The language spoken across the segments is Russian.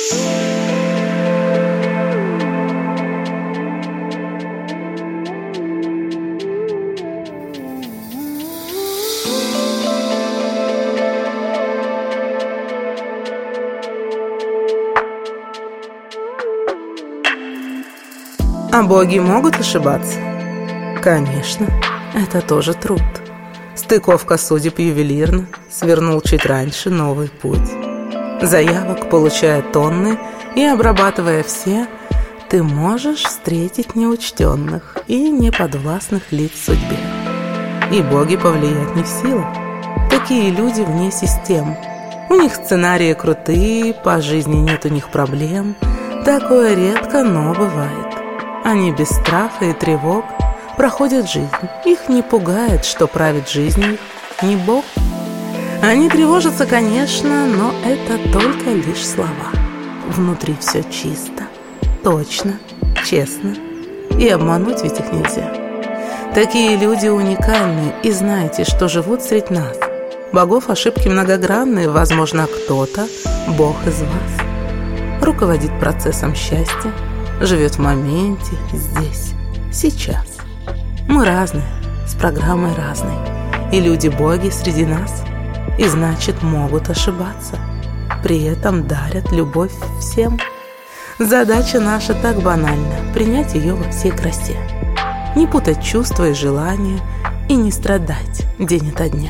А боги могут ошибаться? Конечно, это тоже труд. Стыковка судеб ювелирна, свернул чуть раньше новый путь. Заявок получая тонны и обрабатывая все, ты можешь встретить неучтенных и неподвластных лиц судьбе. И боги повлиять не в силах. Такие люди вне систем. У них сценарии крутые, по жизни нет у них проблем. Такое редко, но бывает. Они без страха и тревог проходят жизнь. Их не пугает, что правит жизнью не Бог. Они тревожатся, конечно, но это только лишь слова. Внутри все чисто, точно, честно. И обмануть ведь их нельзя. Такие люди уникальны, и знайте, что живут среди нас. Богов ошибки многогранные, возможно, кто-то, Бог из вас, руководит процессом счастья, живет в моменте, здесь, сейчас. Мы разные, с программой разной, и люди-боги среди нас, и значит могут ошибаться, при этом дарят любовь всем. Задача наша так банальна — принять ее во всей красе, не путать чувства и желания, и не страдать день ото дня.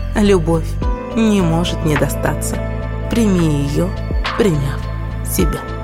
Любовь не может не достаться, прими ее, приняв себя.